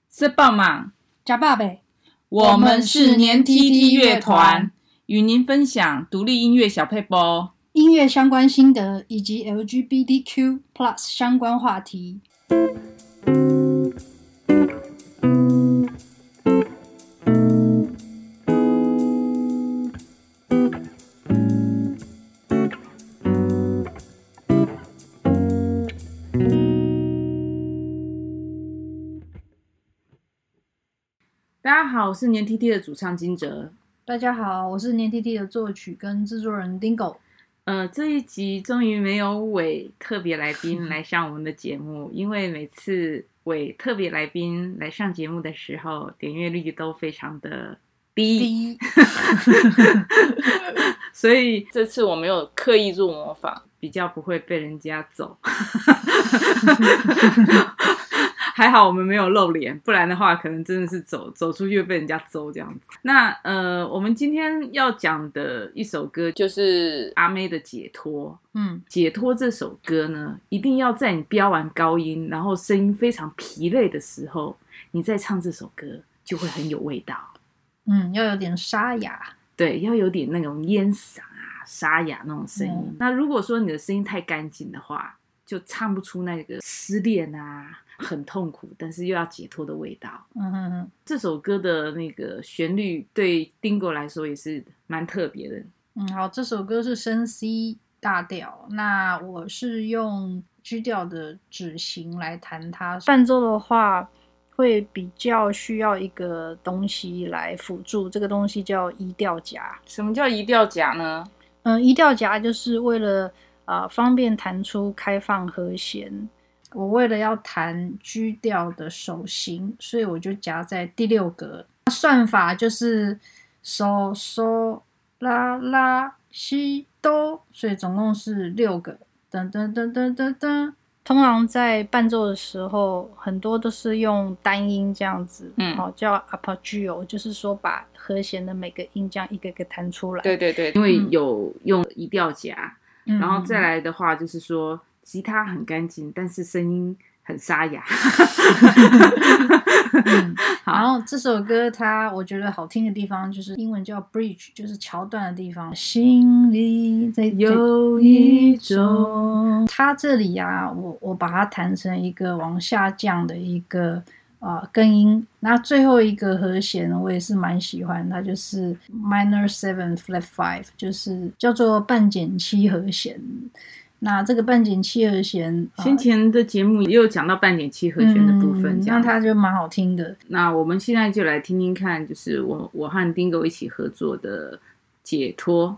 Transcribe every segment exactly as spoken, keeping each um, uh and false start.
是棒嘛？ 假爸呗， 我们是年 T T 乐团，与您分享独立音乐小撇步、 音乐相关心得以及 L G B T Q plus 相关话题。 大家好，我是年 T T 的主唱金哲。 大家好，我是年 T T 的作曲跟制作人 Dingo。 呃，这一集终于没有伟特别来宾来上我们的节目，因为每次伟特别来宾来上节目的时候，点阅率都非常的低， 低所以这次我没有刻意做模仿，比较不会被人家走。还好我们没有露脸，不然的话可能真的是走走出去会被人家揍这样子。那呃，我们今天要讲的一首歌就是阿妹的《解脱》。嗯，《解脱》这首歌呢，一定要在你飙完高音，然后声音非常疲累的时候，你再唱这首歌就会很有味道。 嗯，要有点沙哑， 对，要有点那种烟嗓啊、沙哑那种声音。嗯、那如果说你的声音太干净的话，就唱不出那个失恋啊。很痛苦，但是又要解脱的味道。嗯哼哼，这首歌的那个旋律对 Dingo 来说也是蛮特别的。 嗯，好，这首歌是升 C 大调，那我是用 G 调的指型来弹它。伴奏的话，会比较需要一个东西来辅助，这个东西叫移调夹。 什么叫移调夹呢？ 嗯，移调夹就是为了、呃、方便弹出开放和弦。我为了要弹 G 调的手型，所以我就夹在第六格。算法就是嗦嗦拉拉西哆，所以总共是六个。噔噔噔噔噔噔。通常在伴奏的时候，很多都是用单音这样子，嗯，好、哦、叫 arpeggio， 就是说把和弦的每个音这样一个个弹出来。 对对对，因为有用移调夹、嗯，然后再来的话就是说。吉他很干净，但是声音很沙哑。 嗯、然后这首歌它我觉得好听的地方就是英文叫 bridge， 就是桥段的地方。心里在有一种，它这里啊，我我把它弹成一个往下降的一个呃根音。那最后一个和弦我也是蛮喜欢，它就是 minor seven flat five， 就是叫做半减七和弦。那这个半减七和弦， 先前的节目也有讲到半减七和弦的部分， 嗯、那它就蛮好听的。 那我们现在就来听听看，就是我我和 Dingo 一起合作的《解脱》。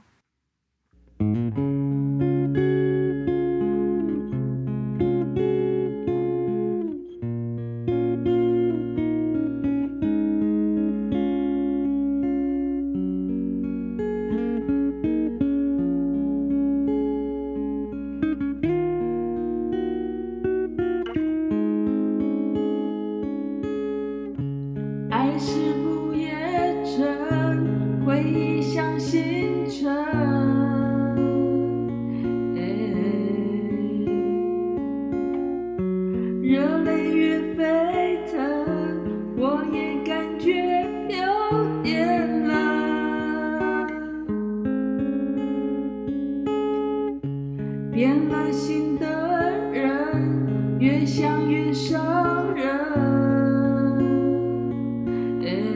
爱是不夜城，回忆像星辰，热泪越沸腾，我也感觉有点冷，变了心的人，越想越伤人。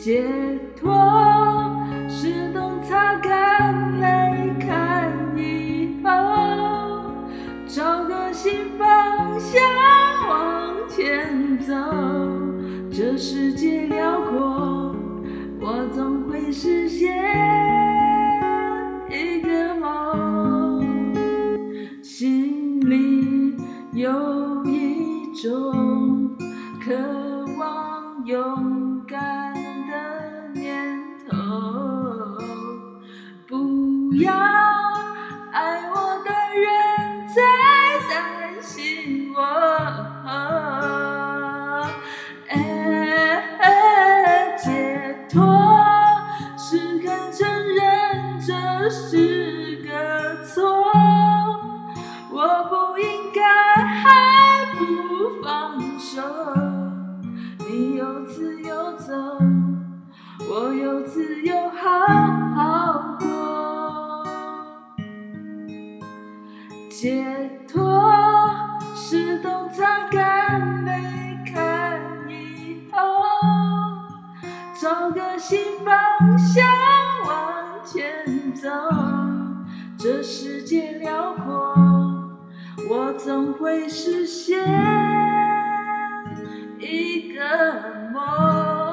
解脱是懂擦干泪，看以后找个新方向往前走。这世界辽阔，我总会实现一个梦。心里有一种渴望勇敢的念头，不要爱我的人再担心我，哎，解脱是肯承认这是个错，我不应该还不放手。你有自由走，我有自由好好过。解脱是懂擦干泪，看以后找个新方向往前走。这世界辽阔，我总会实现一个梦。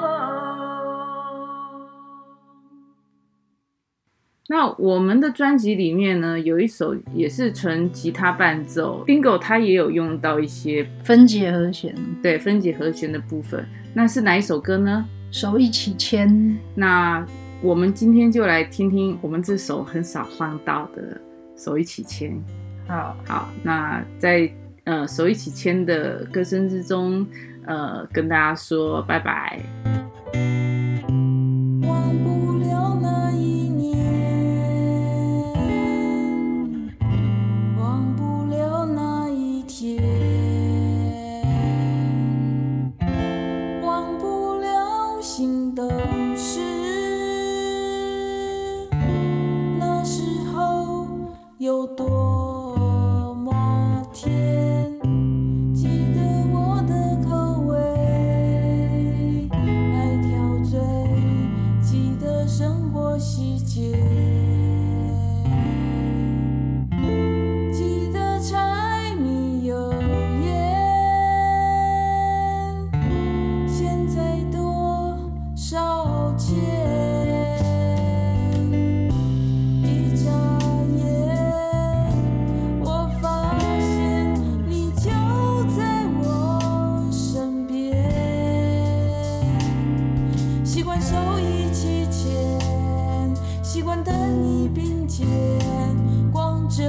那我们的专辑里面呢，有一首也是纯吉他伴奏 Dingo 他也有用到一些分解和弦， 对，分解和弦的部分。那是哪一首歌呢？ 手一起牵。那我们今天就来听听我们这首很少放到的手一起牵。 好好，那在呃手一起牵的歌声之中，呃跟大家说拜拜。 忘不了那一年，忘不了那一天，忘不了心动时，那时候有多么甜，记得我的口味，爱挑嘴，记得生活细节，记得柴米油盐，现在多少钱？一眨眼，我发现你就在我身边，习惯手一起牵，习惯等你并肩，光着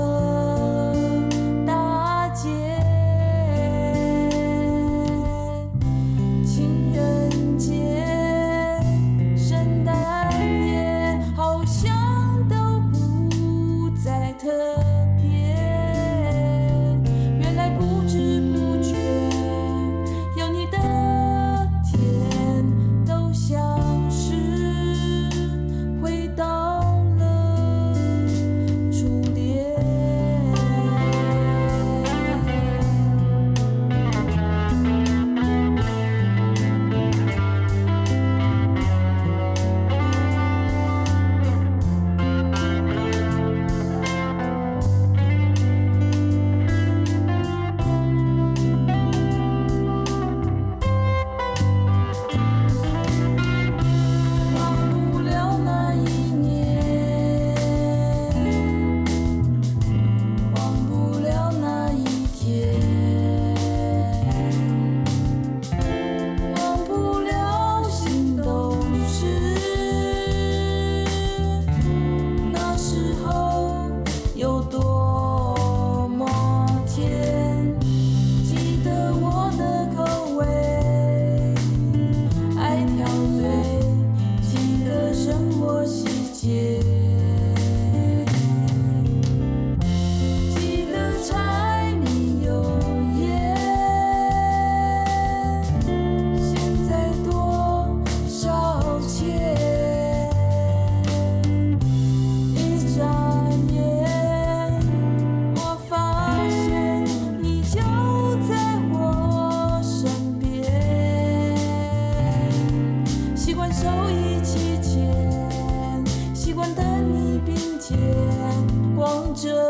大街，情人节、圣诞夜，好像都不再特别。原来不知不觉，有你的天，都像是回到了初恋。 手一起牵，习惯等你并肩，光着